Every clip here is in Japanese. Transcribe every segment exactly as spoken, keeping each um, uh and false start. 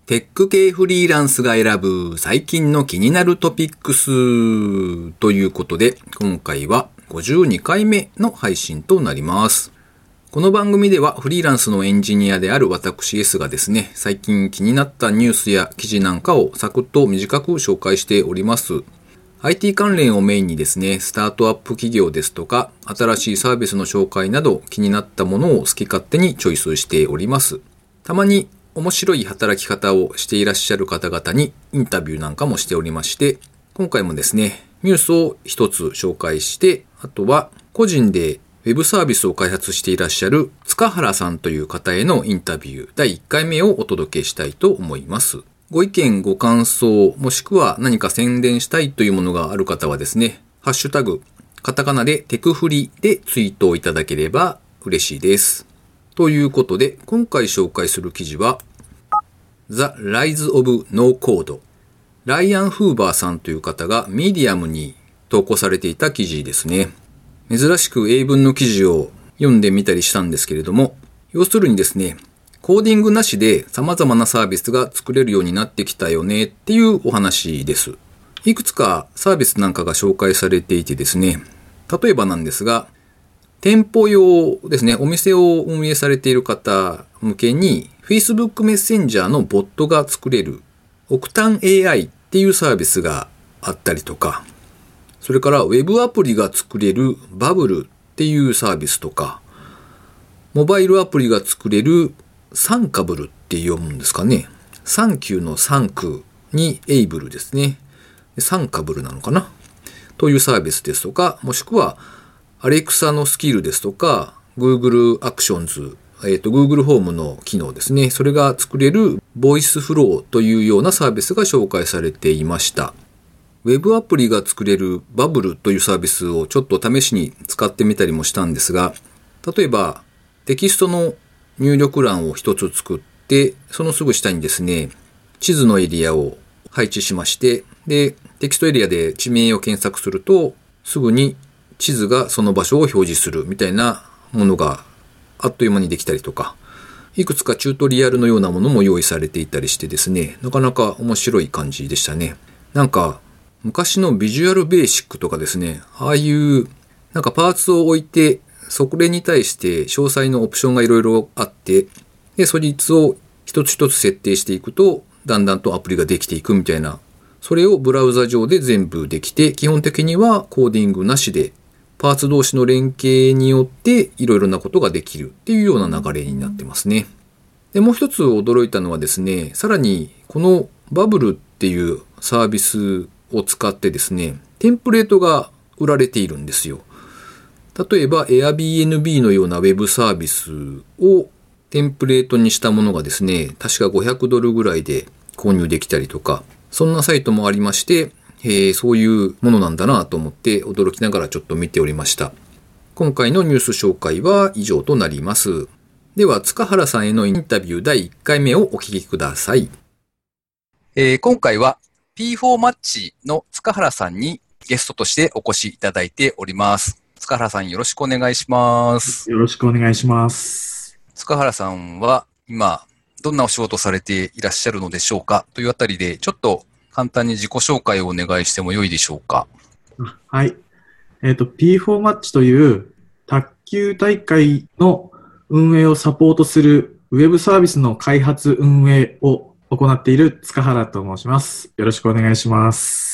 テック系フリーランスが選ぶ最近の気になるトピックスということで、今回はごじゅうにかいめの配信となります。この番組ではフリーランスのエンジニアである私 S がですね、最近気になったニュースや記事なんかをサクッと短く紹介しております。アイティー 関連をメインにですね、スタートアップ企業ですとか、新しいサービスの紹介など気になったものを好き勝手にチョイスしております。たまに面白い働き方をしていらっしゃる方々にインタビューなんかもしておりまして、今回もですね、ニュースを一つ紹介して、あとは個人でウェブサービスを開発していらっしゃる塚原さんという方へのインタビューだいいっかいめをお届けしたいと思います。ご意見ご感想もしくは何か宣伝したいというものがある方はですね、ハッシュタグカタカナでテクフリでツイートをいただければ嬉しいです。ということで、今回紹介する記事は The Rise of No Code、 ライアン・フーバーさんという方がミディアムに投稿されていた記事ですね。珍しく英文の記事を読んでみたりしたんですけれども、要するにですね、コーディングなしで様々なサービスが作れるようになってきたよねっていうお話です。いくつかサービスなんかが紹介されていてですね、例えばなんですが、店舗用ですね、お店を運営されている方向けに Facebook メッセンジャーのボットが作れるオクタン エーアイ っていうサービスがあったりとか、それからウェブアプリが作れるバブルっていうサービスとか、モバイルアプリが作れるサンカブルって読むんですかね。サンキューのサンクにエイブルですね。サンカブルなのかなというサービスですとか、もしくはアレクサのスキルですとか、Google Actions、えっと、Google ホームの機能ですね。それが作れるボイスフローというようなサービスが紹介されていました。ウェブアプリが作れるバブルというサービスをちょっと試しに使ってみたりもしたんですが、例えばテキストの入力欄を一つ作って、そのすぐ下にですね、地図のエリアを配置しまして、で、テキストエリアで地名を検索すると、すぐに地図がその場所を表示するみたいなものがあっという間にできたりとか、いくつかチュートリアルのようなものも用意されていたりしてですね、なかなか面白い感じでしたね。なんか、昔のビジュアルベーシックとかですね、ああいうなんかパーツを置いて、それに対して詳細のオプションがいろいろあって、で、そいつを一つ一つ設定していくと、だんだんとアプリができていくみたいな、それをブラウザ上で全部できて、基本的にはコーディングなしで、パーツ同士の連携によっていろいろなことができるっていうような流れになってますね。で、もう一つ驚いたのはですね、さらにこのバブルっていうサービスを使ってですね、テンプレートが売られているんですよ。例えば Airbnb のようなウェブサービスをテンプレートにしたものがですね、確かごひゃくドルぐらいで購入できたりとか、そんなサイトもありまして、へー、そういうものなんだなと思って驚きながらちょっと見ておりました。今回のニュース紹介は以上となります。では、塚原さんへのインタビューだいいっかいめをお聞きください。えー、今回は ピーフォー マッチの塚原さんにゲストとしてお越しいただいております。塚原さんよろしくお願いします。 よろしくお願いします。 塚原さんは今どんなお仕事をされていらっしゃるのでしょうかというあたりでちょっと簡単に自己紹介をお願いしてもよいでしょうか。 はい。えっと、ピーフォー マッチという卓球大会の運営をサポートするウェブサービスの開発運営を行っている塚原と申します。よろしくお願いします。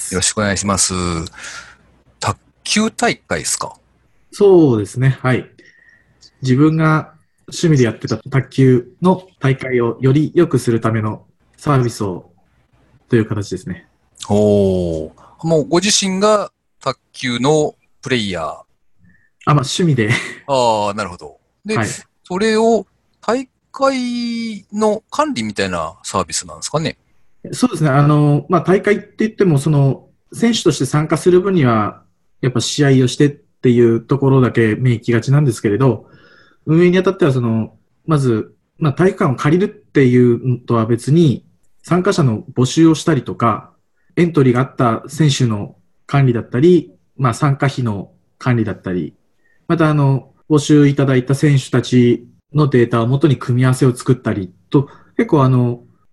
よろしくお願いします。卓球大会ですか？ そうですね。はい。自分が趣味でやってた卓球の大会をより良くするためのサービスをという形ですね。 おー。もうご自身が卓球のプレイヤー。あ、 まあ趣味で。 ああ、なるほど。で、はい、それを大会の管理みたいなサービスなんですかね？ そうですね。あの、まあ大会って言っても、その選手として参加する分には、やっぱ試合をしてっていうところだけ目行きがちなんですけれど、運営にあたってはその、まず、まあ体育館を借りるっていうのとは別に、参加者の募集をしたりとか、エントリーがあった選手の管理だったり、まあ参加費の管理だったり、またあの、募集いただいた選手たちのデータを元に組み合わせを作ったりと、結構あの、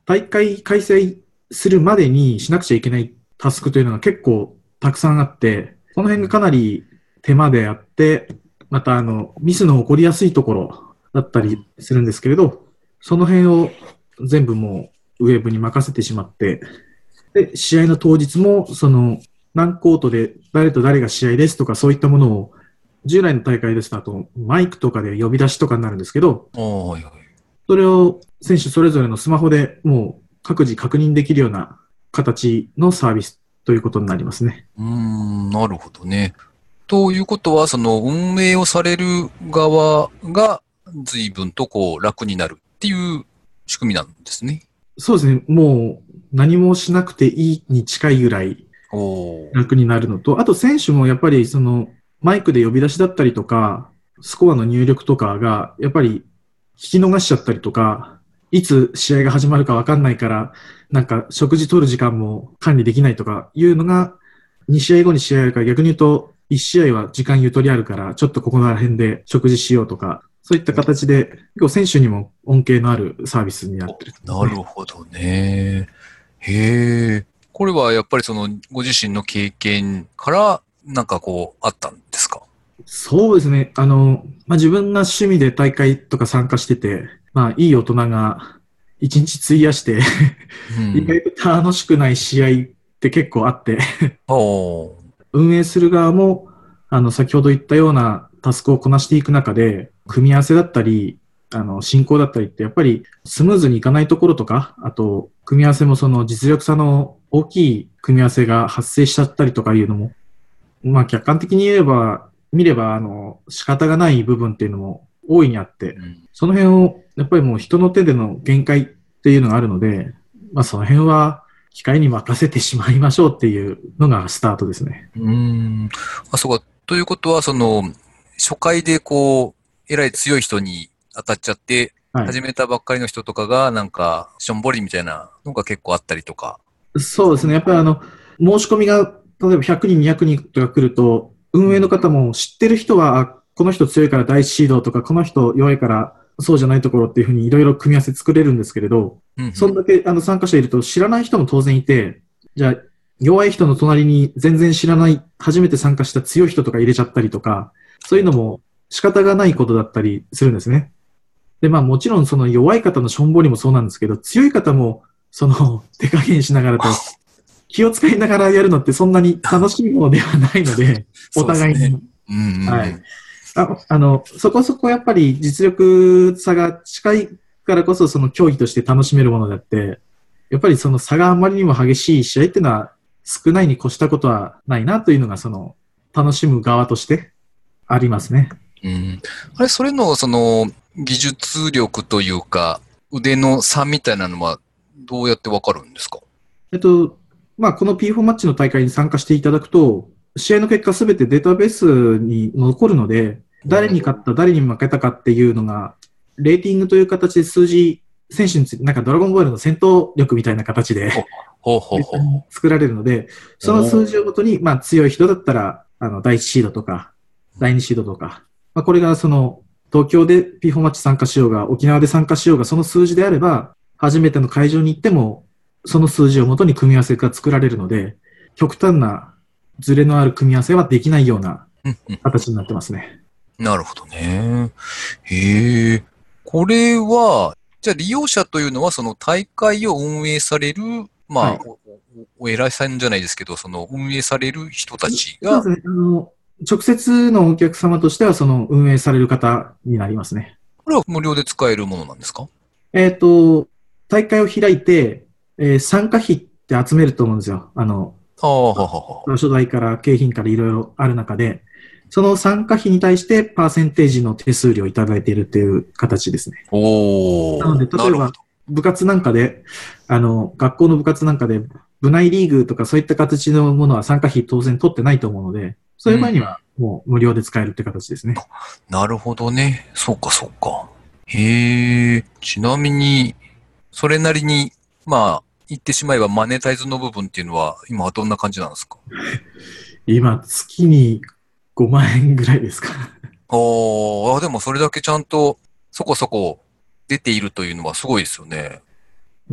大会開催するまでにしなくちゃいけないタスクというのが結構たくさんあって、この辺がかなり手間であって、またあの、ミスの起こりやすいところだったりするんですけれど、その辺を全部もうウェブに任せてしまって、で、試合の当日も、その、何コートで誰と誰が試合ですとかそういったものを、従来の大会ですと、あとマイクとかで呼び出しとかになるんですけど、 はいはい。 それを選手それぞれのスマホでもう各自確認できるような形のサービスということになりますね。 うーん、なるほどね。ということは、その運営をされる側が随分とこう楽になるっていう仕組みなんですね。 そうですね。もう何もしなくていいに近いぐらいおー。 楽になるのと、あと選手もやっぱりそのマイクで呼び出しだったりとか、スコアの入力とかがやっぱり聞き逃しちゃったりとか、いつ試合が始まるかわかんないから、なんか食事取る時間も管理できないとかいうのが、に試合後に試合あるから、逆に言うといち試合は時間ゆとりあるから、ちょっとここら辺で食事しようとか、そういった形で、結構選手にも恩恵のあるサービスになってる、ね。 なるほどね。へえ。これはやっぱりそのご自身の経験からなんかこうあったんですか？ そうですね。あの、まあ、自分が趣味で大会とか参加してて、まあ、いい大人が一日費やしてう意外ん。 と楽しくない試合って結構あっておー。 運営する側も、あの、先ほど言ったようなタスクをこなしていく中で、組み合わせだったり、あの、進行だったりって、やっぱりスムーズにいかないところとか、あと、組み合わせもその実力差の大きい組み合わせが発生しちゃったりとかいうのも、まあ、客観的に言えば、見れば、あの、仕方がない部分っていうのも大いにあって、 うん。 その辺を、やっぱりもう人の手での限界っていうのがあるので、まあ、その辺は機械に任せてしまいましょうっていうのがスタートですね。 うーん。あ、そうか。ということは、その、初回でこう、えらい強い人に当たっちゃって、 はい。 始めたばっかりの人とかが、なんか、しょんぼりみたいなのが結構あったりとか。 そうですね。やっぱりあの、申し込みが、例えばひゃくにん、にひゃくにんとか来ると、運営の方も知ってる人は、あこの人強いから第一シードとか、この人弱いからそうじゃないところっていうふうにいろいろ組み合わせ作れるんですけれど、 うんうん。 そんだけあの参加者いると知らない人も当然いて、じゃあ弱い人の隣に全然知らない、初めて参加した強い人とか入れちゃったりとか、そういうのも仕方がないことだったりするんですね。で、まあもちろんその弱い方のしょんぼりもそうなんですけど、強い方もその手加減しながらと、気を使いながらやるのってそんなに楽しいものではないので、おそうですね。 互いに。 うんうんはい。 うん。 あ、あの、そこそこやっぱり実力差が近いからこそその競技として楽しめるものであって、やっぱりその差があまりにも激しい試合っていうのは少ないに越したことはないなというのがその楽しむ側としてありますね。 うん。あれ、それの、その、技術力というか、腕の差みたいなのは、どうやってわかるんですか？ えっと、まあ、この ピーフォー マッチの大会に参加していただくと、試合の結果すべてデータベースに残るので、誰に勝った、誰に負けたかっていうのが、レーティングという形で数字、選手について、なんかドラゴンボールの戦闘力みたいな形でほうほうほうほ作られるので、 う。 その数字をおー。 もとに、まあ、強い人だったら、あの、第一シードとか、だいにシードとか、まあ、これがその、東京で ピーフォー マッチ参加しようが、沖縄で参加しようが、その数字であれば、初めての会場に行っても、その数字をもとに組み合わせが作られるので、極端なズレのある組み合わせはできないようなうんうん。 形になってますね。 なるほどね。へえ。これは、じゃあ利用者というのは、その大会を運営される、まあ、 はい。 お、おお偉いさんじゃないですけど、その運営される人たちが、 そうですね。あの、直接のお客様としては、その運営される方になりますね。 これは無料で使えるものなんですか？ えっと、大会を開いて、えー参加費って集めると思うんですよ。あの、 ああ、ははは。 初代から景品からいろいろある中で、その参加費に対してパーセンテージの手数料をいただいているという形ですね。なので、 おー、な例えばるほど。 部活なんかで、あの、学校の部活なんかで、部内リーグとかそういった形のものは参加費当然取ってないと思うので、そういう場合にはもう無料で使えるって形ですね。 なるほどね。そうか、そうか。へえ。ちなみに、それなりに、まあ、言ってしまえばマネタイズの部分っていうのは、今はどんな感じなんですか？ 今、月にごまん円ぐらいですか。 おー、あ、でもそれだけちゃんと、そこそこ出ているというのはすごいですよね。 まあ、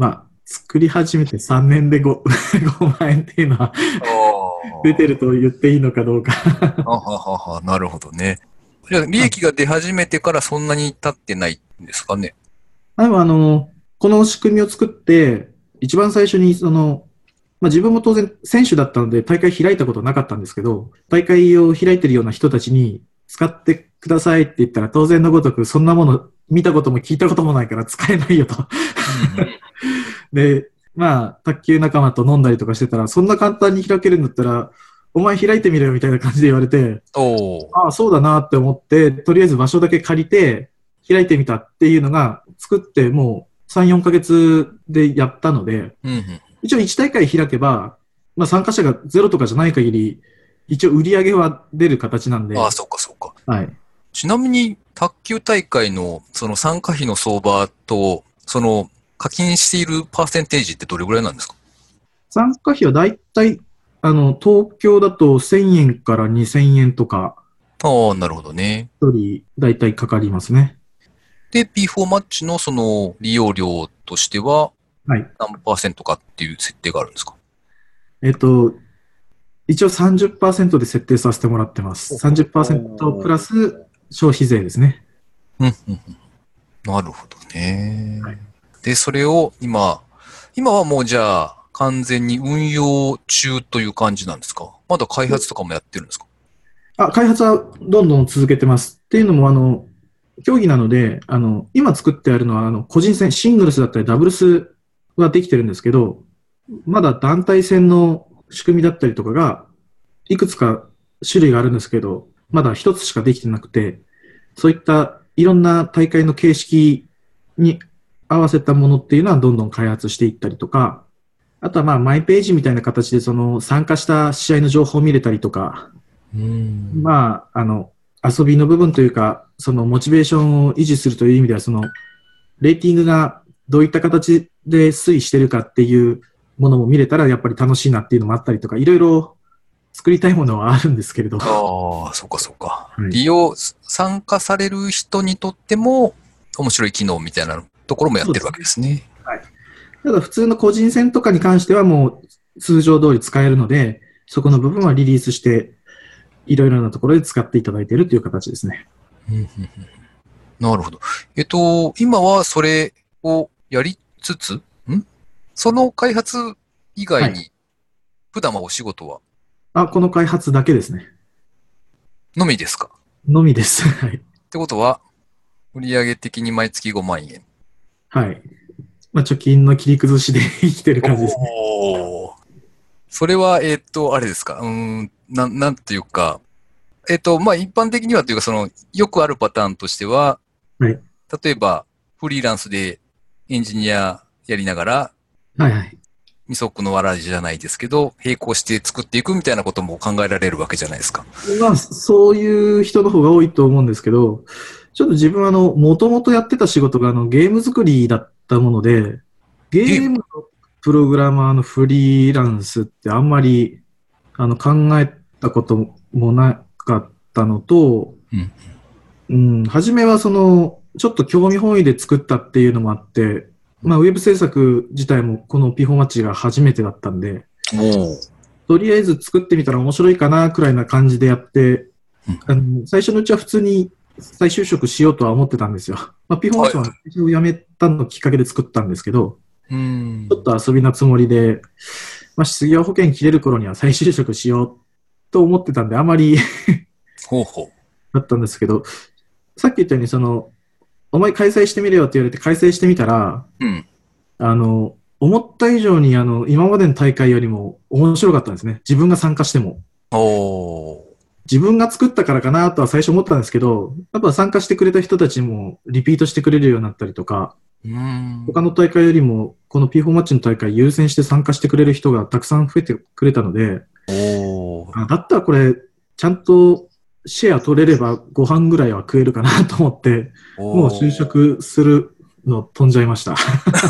作り始めてさんねんで ご, ごまん円っていうのは出てると言っていいのかどうかはははは、なるほどね。じゃあ、利益が出始めてからそんなに経ってないんですかね。 でもあの、この仕組みを作って、一番最初にその、まあ、自分も当然選手だったので大会開いたことなかったんですけど、大会を開いてるような人たちに使ってくださいって言ったら当然のごとくそんなもの見たことも聞いたこともないから使えないよと。で、まあ、卓球仲間と飲んだりとかしてたら、そんな簡単に開けるんだったら、お前開いてみろよみたいな感じで言われて、 おああ、そうだなって思って、とりあえず場所だけ借りて、開いてみたっていうのが、作ってもうさん、よんかげつでやったので、 うんうん、 一応いち大会開けば、まあ参加者がゼロとかじゃない限り、一応売り上げは出る形なんで。 ああ、そうかそうか。 はい。 ちなみに、卓球大会のその参加費の相場と、その課金しているパーセンテージってどれぐらいなんですか？ 参加費はだいたい、あの、東京だとせんえんからにせんえんとか、 ああ、なるほどね。 一人だいたいかかりますね。 で、ピーフォー マッチのその利用料としては、 はい。 何パーセントかっていう設定があるんですか？ えっと、一応さんじゅっパーセントで設定させてもらってます。さんじゅっパーセントプラス消費税ですね。 うんうんうん。なるほどね。 はい、 で、それを今、今はもうじゃあ完全に運用中という感じなんですか？まだ開発とかもやってるんですか？ あ、開発はどんどん続けてます。っていうのも、あの、競技なので、あの、今作ってあるのは、あの、個人戦、シングルスだったりダブルスはできてるんですけど、まだ団体戦の仕組みだったりとかが、いくつか種類があるんですけど、まだ一つしかできてなくて、そういったいろんな大会の形式に合わせたものっていうのはどんどん開発していったりとか、あとはまあマイページみたいな形でその参加した試合の情報を見れたりとか、 うんまあ、あの、遊びの部分というか、そのモチベーションを維持するという意味では、その、レーティングがどういった形で推移してるかっていうものも見れたら、やっぱり楽しいなっていうのもあったりとか、いろいろ作りたいものはあるんですけれど。 ああ、そうかそうか。 はい、 利用、参加される人にとっても面白い機能みたいなところもやってるわけですね。 はい。ただ普通の個人戦とかに関してはもう通常通り使えるので、そこの部分はリリースして、いろいろなところで使っていただいているという形ですね。 うんうんうん、なるほど。えっと、今はそれをやりつつ、んその開発以外に、普段はお仕事は、 はい、あ、この開発だけですね。 のみですか？ のみです。はい。 ってことは、売上的に毎月ごまんえん。 はい。まあ、貯金の切り崩しで生きてる感じですね。 おー。それは、えっと、あれですか。うーん、なん、なんていうか、えっと、まあ、一般的にはというか、その、よくあるパターンとしては、 はい。 例えば、フリーランスでエンジニアやりながら、 はいはい。 二足のわらじじゃないですけど、並行して作っていくみたいなことも考えられるわけじゃないですか。 まあ、そういう人の方が多いと思うんですけど、ちょっと自分はあの、もともとやってた仕事があの、ゲーム作りだったもので、ゲームのプログラマーのフリーランスってあんまり、あの、考えたこともなかったのと、うん、うん、初めはその、ちょっと興味本位で作ったっていうのもあって、まあ、ウェブ制作自体もこのピフォーマッチが初めてだったんで、とりあえず作ってみたら面白いかなくらいな感じでやって、あの最初のうちは普通に再就職しようとは思ってたんですよ。まあ、ピフォーマッチは会社を辞めたのきっかけで作ったんですけど、 うん、 ちょっと遊びのつもりで、まあ、失業保険切れる頃には再就職しようと思ってたんで、あまりほうほうだったんですけど、さっき言ったように、その、お前開催してみるよって言われて開催してみたら、 うん、 あの、思った以上にあの、今までの大会よりも面白かったんですね。自分が参加しても。 お自分が作ったからかなとは最初思ったんですけど、やっぱ参加してくれた人たちもリピートしてくれるようになったりとか、 うん他の大会よりもこの ピーフォー マッチの大会優先して参加してくれる人がたくさん増えてくれたので、 おあだったらこれちゃんとシェア取れればご飯ぐらいは食えるかなと思って、もう就職するの飛んじゃいました。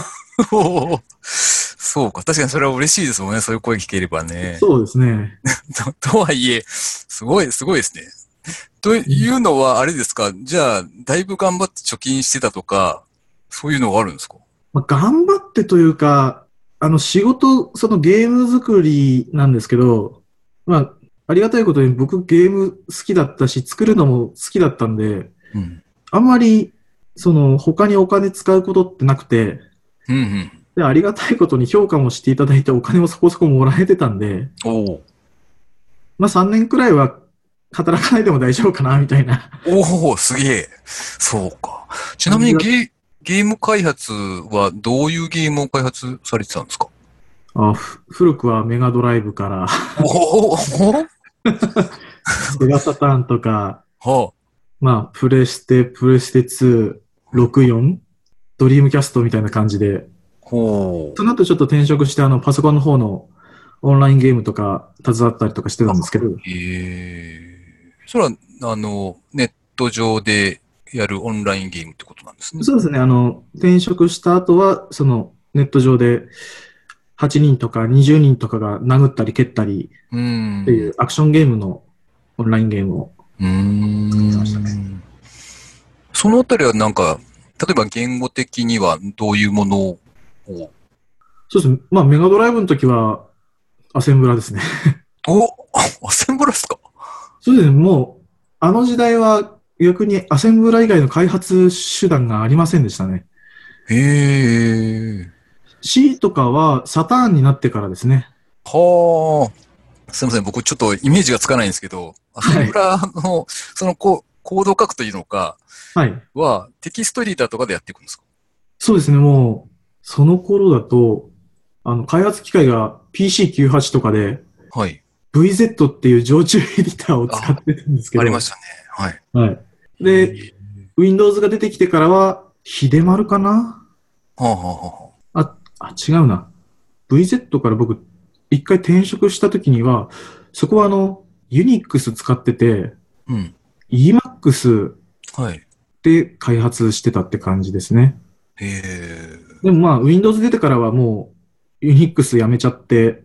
そうか。確かにそれは嬉しいですもんね。そういう声聞ければね。 そうですね。 と、とはいえ、すごい、すごいですね。というのは、あれですか、じゃあ、だいぶ頑張って貯金してたとか、そういうのがあるんですか？ まあ、頑張ってというか、 あの、仕事、そのゲーム作りなんですけど、まあ、ありがたいことに僕ゲーム好きだったし、作るのも好きだったんで、 うん。 あんまり、その、他にお金使うことってなくて、 うんうん。 で、ありがたいことに評価もしていただいてお金もそこそこもらえてたんで、 おお。 まあさんねんくらいは働かないでも大丈夫かな、みたいな。 おお、すげえ。そうか。ちなみにゲ、ゲーム開発はどういうゲームを開発されてたんですか？ あ、ふ古くはメガドライブから、 おお、 セガサターンとか、 はまあ、プレステ、プレステツー、ろくじゅうよん、ドリームキャストみたいな感じで、 あ、ほう。 その後ちょっと転職してあの、パソコンの方のオンラインゲームとか携わったりとかしてたんですけど、 へえ。それは、あの、ネット上でやるオンラインゲームってことなんですね。 そうですね、あの、転職した後は、その、ネット上ではちにんとかにじゅうにんとかが殴ったり蹴ったりうーん。 っていうアクションゲームのオンラインゲームをうー作ってましたね。 ん。そのあたりはなんか、例えば言語的にはどういうものを、 そうですね。まあ、メガドライブの時は、アセンブラですね。 お、アセンブラですか？ そうですね。もう、あの時代は逆にアセンブラ以外の開発手段がありませんでしたね。 へえ。 C とかはサターンになってからですね。 はあ。すみません。僕ちょっとイメージがつかないんですけど、アセはい。 ンブラの、そのココードを書くというのかはい。 は、テキストエディターとかでやっていくんですか？ そうですね。もう、その頃だと、あの、開発機械が ピーシーきゅうじゅうはち とかではい。 ブイゼット っていう常駐エディターを使あ、 ってたんですけど、 ありましたね。はい。 はい。で、 へえ。 Windows が出てきてからは、秀丸かなはあ、はあはあ、あ、違うな。ブイゼット から僕、一回転職した時には、そこはあの、ユニックス使ってて、 あ、うん。 イーマックスはい。 で開発してたって感じですね。 へえ。 でもまあ、Windows 出てからはもう、ユニックスやめちゃって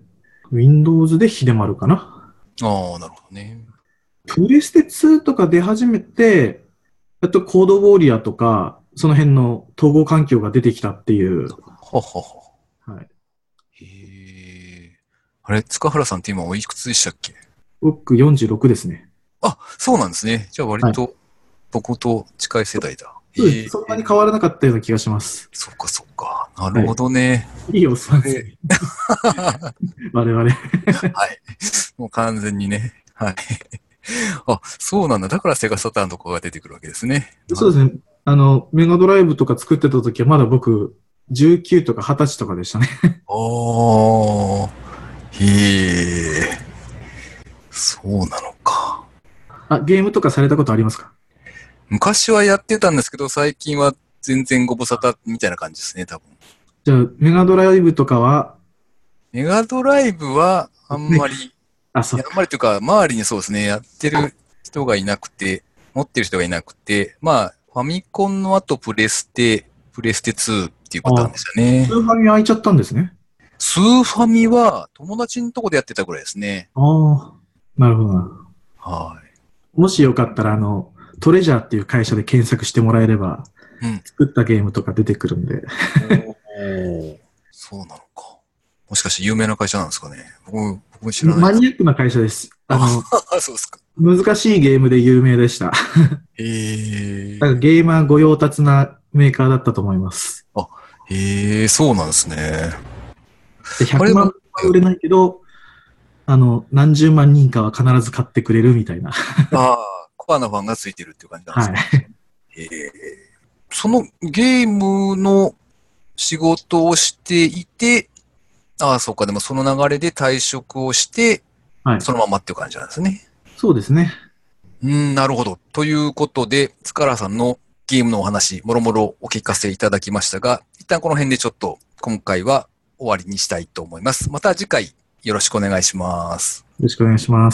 、Windows で秀丸かな。 ああ、なるほどね。 プレステツーとか出始めて、あとコードウォーリアーとか、その辺の統合環境が出てきたっていう。 ははは。 はい。 へえ。あれ、塚原さんって今おいくつでしたっけ？ 僕よんじゅうろくですね。 あ、そうなんですね。じゃあ割はい。 と僕と近い世代だ。 そうです。 へえ。 そんなに変わらなかったような気がします。 そっかそっか。なるほはい。 どね。 いいおっさんですで、 ね。我々。 はい。もう完全にね。はい。あ、そうなんだ。だからセガサターンとかが出てくるわけですね。なるほど。 そうですね。あの、メガドライブとか作ってた時はまだ僕、じゅうきゅうとかはたちとかでしたね。 ああ、へえ。そうなのか。 あ、ゲームとかされたことありますか？ 昔はやってたんですけど、最近は全然ご無沙汰みたいな感じですね、多分。 じゃあ、メガドライブとかは、 メガドライブはあんね、 まり、 あ、 いや、 そっか。 あんまりというか、周りにそうですね、やってる人がいなくて、持ってる人がいなくて、まあ、ファミコンの後プレステ、プレステツーっていうパターンあ、 でしたね。 スーファミ空いちゃったんですね。 スーファミは友達のとこでやってたぐらいですね。 ああ、なるほどな。 はもしよかったら、あの、トレジャーっていう会社で検索してもらえれば、 い。うん。 作ったゲームとか出てくるんで。 おー、そうなのか。もしかして有名な会社なんですかね。僕、僕も知らないです。 マニアックな会社です。あの、 あ、そうですか。 難しいゲームで有名でした。 へだからえ。 ゲーマー御用達なメーカーだったと思います。 あ、へえ、そうなんですね。 で、100 あれでも、 万は売れないけど、あの、何十万人かは必ず買ってくれるみたいな。 ああ、コアなファンがついてるっていう感じなんですか。 はい。 へえ。そのゲームの仕事をしていて、ああ、そうか、でもその流れで退職をして、 はい。 そのままっていう感じなんですね。 そうですね。 うん、なるほど。ということで、塚原さんのゲームのお話、もろもろお聞かせいただきましたが、一旦この辺でちょっと今回は終わりにしたいと思います。また次回よろしくお願いします。 よろしくお願いします。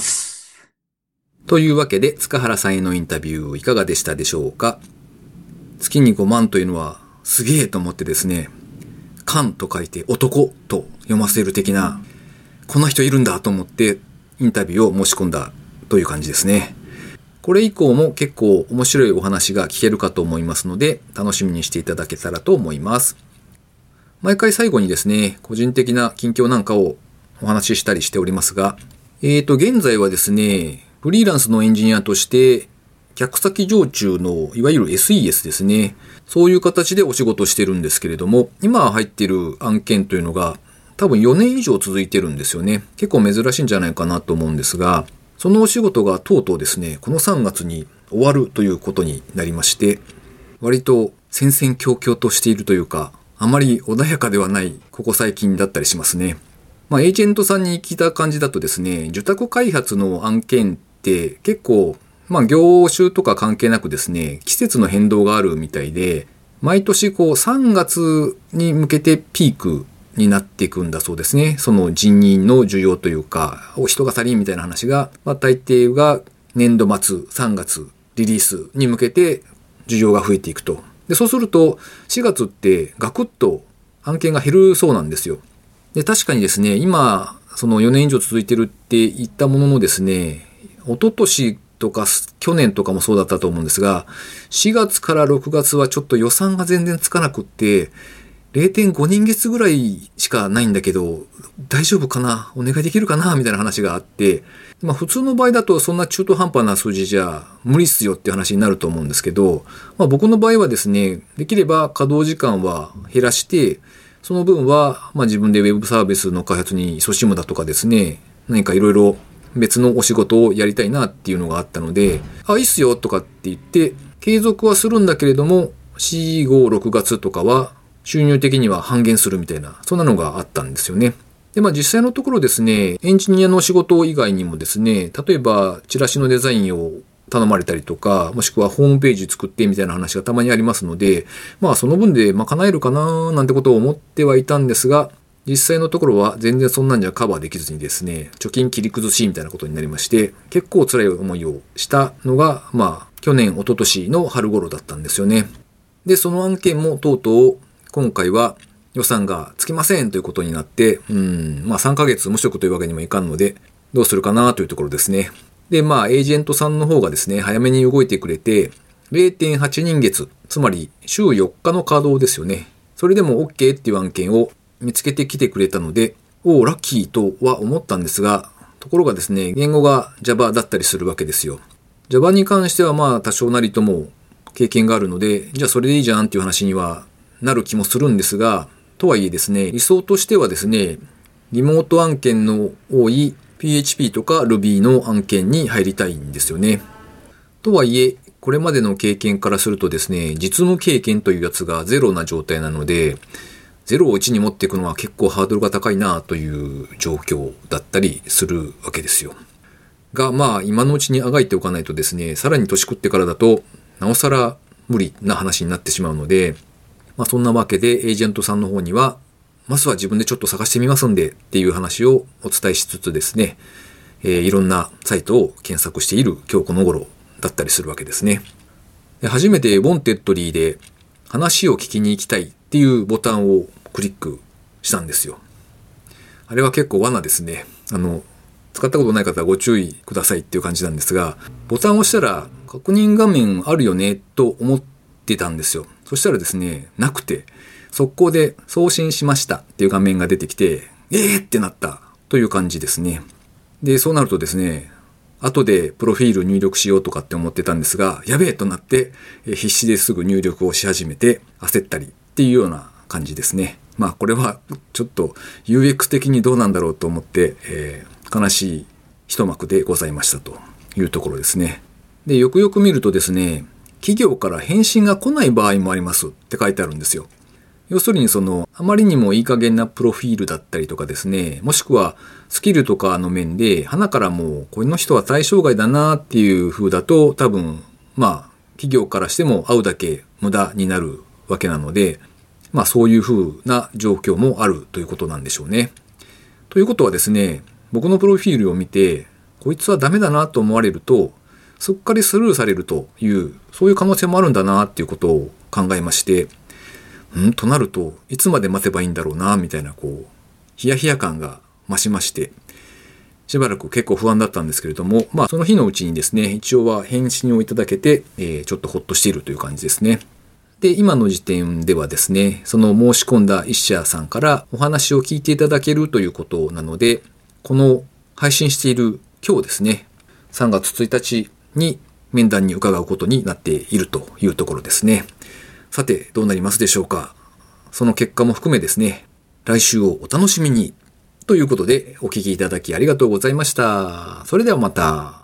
というわけで、塚原さんへのインタビューいかがでしたでしょうか？月にごまんというのはすげえと思ってですね、漢と書いて男と読ませる的な、この人いるんだと思ってインタビューを申し込んだという感じですね。これ以降も結構面白いお話が聞けるかと思いますので、楽しみにしていただけたらと思います。 毎回最後にですね、個人的な近況なんかをお話ししたりしておりますが、えーと、現在はですね、フリーランスのエンジニアとして、客先常駐のいわゆる エスイーエス ですね。そういう形でお仕事してるんですけれども、今入っている案件というのが多分よねん以上続いてるんですよね。結構珍しいんじゃないかなと思うんですが、そのお仕事がとうとうですね、このさんがつに終わるということになりまして、割と戦々恐々としているというか、あまり穏やかではないここ最近だったりしますね。まあエージェントさんに聞いた感じだとですね、受託開発の案件って結構まあ業種とか関係なくですね、季節の変動があるみたいで、毎年こうさんがつに向けてピークになっていくんだそうですね。その人員の需要というか、お人が足りんみたいな話が、まあ大抵が年度末さんがつリリースに向けて需要が増えていくと。で、そうするとしがつってガクッと案件が減るそうなんですよ。で、確かにですね、今、そのよねん以上続いてるって言ったもののですね、一昨年とか去年とかもそうだったと思うんですが、しがつからろくがつはちょっと予算が全然つかなくって、れいてんごにんげつぐらいしかないんだけど、大丈夫かな？お願いできるかな？みたいな話があって、まあ普通の場合だとそんな中途半端な数字じゃ無理っすよっていう話になると思うんですけど、まあ僕の場合はですね、できれば稼働時間は減らして、その分はまあ自分でウェブサービスの開発に勤しむだとかですね、何かいろいろ別のお仕事をやりたいなっていうのがあったので、あ、いいっすよとかって言って、継続はするんだけれども、よん、ご、ろくがつとかは収入的には半減するみたいな、そんなのがあったんですよね。で、まあ実際のところですね、エンジニアの仕事以外にもですね、例えばチラシのデザインを頼まれたりとか、もしくはホームページ作ってみたいな話がたまにありますので、まあその分で賄えるかななんてことを思ってはいたんですが、実際のところは全然そんなんじゃカバーできずにですね、貯金切り崩しみたいなことになりまして、結構辛い思いをしたのが、まあ去年、一昨年の春頃だったんですよね。で、その案件もとうとう今回は予算がつきませんということになって、うん、まあさんかげつ無職というわけにもいかんので、どうするかなというところですね。で、まあエージェントさんの方がですね、早めに動いてくれて、れいてんはちにんげつ、つまり週よっかの稼働ですよね。それでも OK っていう案件を見つけてきてくれたので、おー、ラッキーとは思ったんですが、ところがですね、言語が Java だったりするわけですよ。Java に関してはまあ多少なりとも経験があるので、じゃあそれでいいじゃんっていう話にはなる気もするんですが、とはいえですね、理想としてはですね、リモート案件の多い ピーエイチピー とか Ruby の案件に入りたいんですよね。とはいえ、これまでの経験からするとですね、実務経験というやつがゼロな状態なので、ゼロをいちに持っていくのは結構ハードルが高いなという状況だったりするわけですよ。が、まあ今のうちにあがいておかないとですね、さらに年食ってからだと、なおさら無理な話になってしまうので、まあそんなわけでエージェントさんの方には、まずは自分でちょっと探してみますんでっていう話をお伝えしつつですね、えー、いろんなサイトを検索している今日この頃だったりするわけですね。で初めてウォンテッドリーで話を聞きに行きたいっていうボタンをクリックしたんですよ。あれは結構罠ですね。あの、使ったことない方はご注意くださいっていう感じなんですが、ボタンを押したら確認画面あるよねと思ってたんですよ。そしたらですね、なくて、速攻で送信しましたっていう画面が出てきて、えーってなったという感じですね。で、そうなるとですね、後でプロフィール入力しようとかって思ってたんですが、やべえとなって必死ですぐ入力をし始めて焦ったりっていうような感じですね。まあこれはちょっと ユーエックス 的にどうなんだろうと思って、えー、悲しい一幕でございましたというところですね。で、よくよく見るとですね、企業から返信が来ない場合もありますって書いてあるんですよ。要するにその、あまりにもいい加減なプロフィールだったりとかですね、もしくはスキルとかの面で、花からもう、この人は対象外だなっていう風だと、多分、まあ、企業からしても会うだけ無駄になるわけなので、まあそういう風な状況もあるということなんでしょうね。ということはですね、僕のプロフィールを見て、こいつはダメだなと思われると、すっかりスルーされるという、そういう可能性もあるんだなっていうことを考えまして、んとなると、いつまで待てばいいんだろうな、みたいな、こう、ヒヤヒヤ感が増しまして、しばらく結構不安だったんですけれども、まあ、その日のうちにですね、一応は返信をいただけて、えー、ちょっとほっとしているという感じですね。 で、今の時点ではですね、その申し込んだ医者さんからお話を聞いていただけるということなので、この配信している今日ですね、さんがつついたちに面談に伺うことになっているというところですね。さて、どうなりますでしょうか。その結果も含めですね、来週をお楽しみにということでお聞きいただきありがとうございました。それではまた。